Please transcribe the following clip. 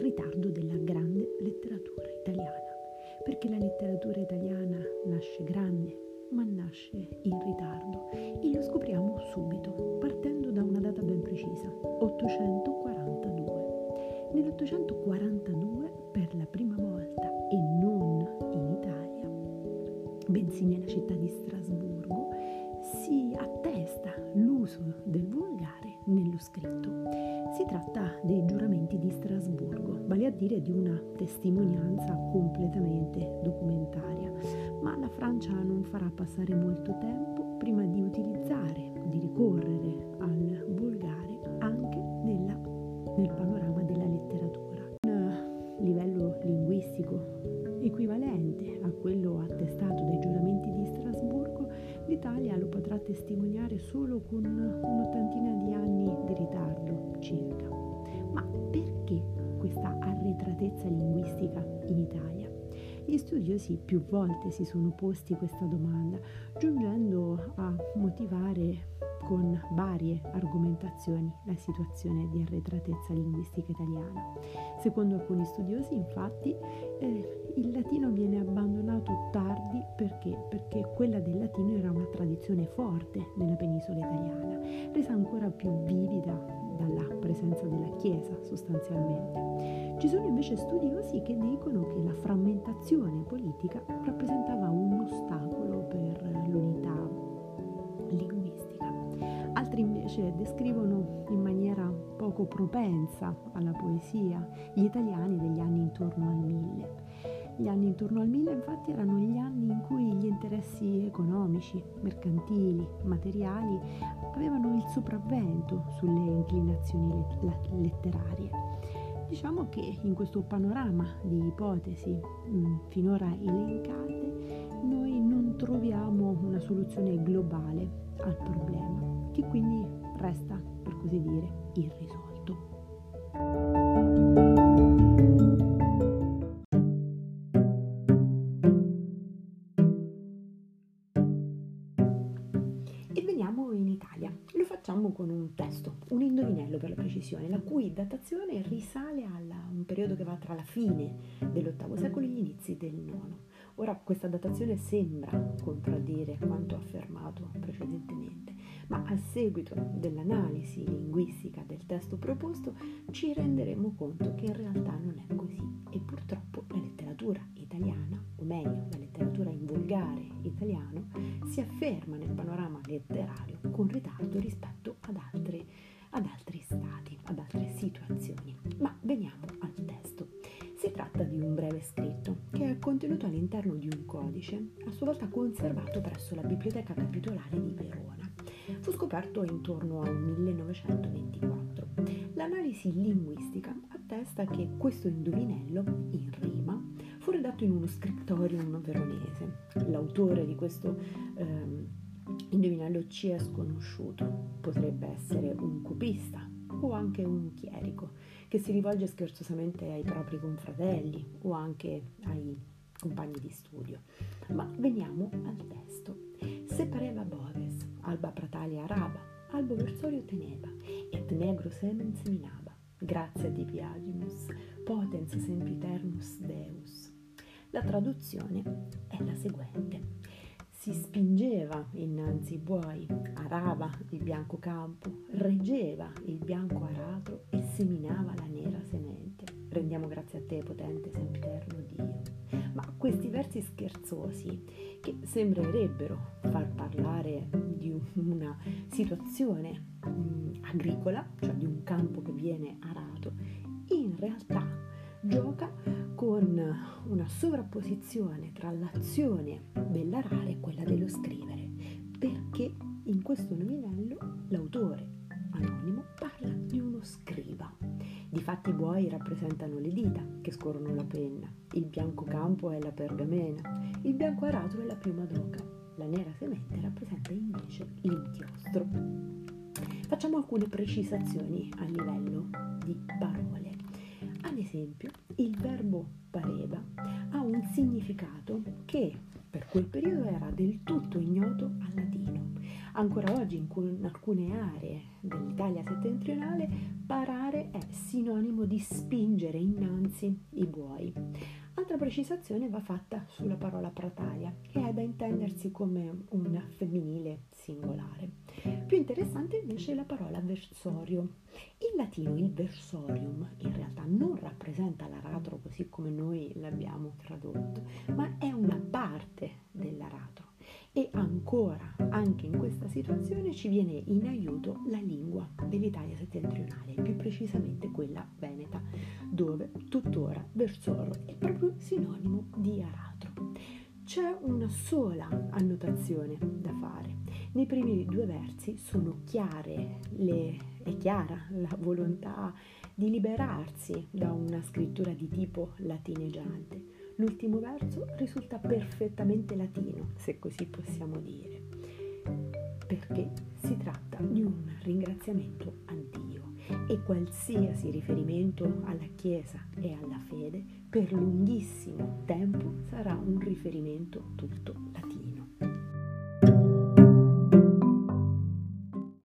ritardo della grande letteratura italiana, perché la letteratura italiana nasce grande, ma nasce in ritardo e lo scopriamo subito, partendo da una data ben precisa, 842. Nell'842, per la prima volta, e non in Italia, bensì nella città di Strasburgo, si attesta l'uso del volgare nello scritto. Si tratta dei giuramenti di Strasburgo, vale a dire di una testimonianza completamente documentaria, ma la Francia non farà passare molto tempo prima di utilizzare, di ricorrere al volgare anche nel panorama della letteratura. Un livello linguistico equivalente a quello attestato dai giuramenti di Strasburgo, l'Italia lo potrà testimoniare solo con un'ottantina di anni di ritardo circa. Ma perché questa arretratezza linguistica in Italia? Gli studiosi più volte si sono posti questa domanda, giungendo a motivare con varie argomentazioni la situazione di arretratezza linguistica italiana. Secondo alcuni studiosi, infatti, il latino viene abbandonato tardi perché quella del latino era una tradizione forte nella penisola italiana, resa ancora più vivida dalla presenza della Chiesa sostanzialmente. Ci sono invece studiosi che dicono che la frammentazione politica rappresentava un ostacolo per l'unità linguistica. Altri invece descrivono in maniera poco propensa alla poesia gli italiani degli anni intorno al 1000. Gli anni intorno al 1000 infatti erano gli anni in cui gli interessi economici, mercantili, materiali avevano il sopravvento sulle inclinazioni letterarie. Diciamo che in questo panorama di ipotesi finora elencate noi non troviamo una soluzione globale al problema, che quindi resta, per così dire, irrisolto. E veniamo in Italia. Lo facciamo con un testo, un indovinello per la precisione, la cui datazione risale a un periodo che va tra la fine dell'VIII secolo e gli inizi del IX. Ora, questa datazione sembra contraddire quanto affermato precedentemente, ma a seguito dell'analisi linguistica del testo proposto ci renderemo conto che in realtà non è così e purtroppo la letteratura italiana, o meglio la letteratura in volgare italiano, si afferma nel panorama letterario con ritardo rispetto ad altri stati, ad altre situazioni. Ma veniamo al testo. Si tratta di un breve scritto che è contenuto all'interno di un codice, a sua volta conservato presso la Biblioteca Capitolare di Verona. Fu scoperto intorno al 1924. L'analisi linguistica attesta che questo indovinello, in rima, fu redatto in uno scriptorium veronese. L'autore di questo indovinello ci è sconosciuto. Potrebbe essere un copista o anche un chierico che si rivolge scherzosamente ai propri confratelli o anche ai compagni di studio. Ma veniamo al testo. Se pareva boves, alba pratalia araba, albo versorio teneba, et negro semen seminaba, grazia diviagimus, potens sempiternus Deus. La traduzione è la seguente. Si spingeva innanzi i buoi, arava il bianco campo, reggeva il bianco aratro e seminava la nera semente. Rendiamo grazie a te, potente, sempiterno Dio. Ma questi versi scherzosi, che sembrerebbero far parlare di una situazione agricola, cioe di un campo che viene arato, in realtà gioca con una sovrapposizione tra l'azione dell'arare e quella dello scrivere, perché in questo indovinello l'autore anonimo parla di uno scriva. Difatti i buoi rappresentano le dita che scorrono la penna, il bianco campo è la pergamena, il bianco aratro è la piuma d'oca, la nera semente rappresenta invece l'inchiostro. Facciamo alcune precisazioni a livello di parole. Ad esempio, il verbo pareva ha un significato che per quel periodo era del tutto ignoto al latino. Ancora oggi in alcune aree dell'Italia settentrionale parare è sinonimo di spingere innanzi i buoi. Altra precisazione va fatta sulla parola prataria, che è da intendersi come un femminile singolare. Più interessante invece è la parola versorio. In latino il versorium in realtà non rappresenta l'aratro così come noi l'abbiamo tradotto, ma è una parte dell'aratro. E ancora, anche in questa situazione ci viene in aiuto la lingua dell'Italia settentrionale, più precisamente quella veneta, dove tuttora versoro è proprio sinonimo di aratro. C'è una sola annotazione da fare. Nei primi due versi è chiara la volontà di liberarsi da una scrittura di tipo latineggiante. L'ultimo verso risulta perfettamente latino, se così possiamo dire, perché si tratta di un ringraziamento a Dio e qualsiasi riferimento alla Chiesa e alla fede per lunghissimo tempo sarà un riferimento tutto latino.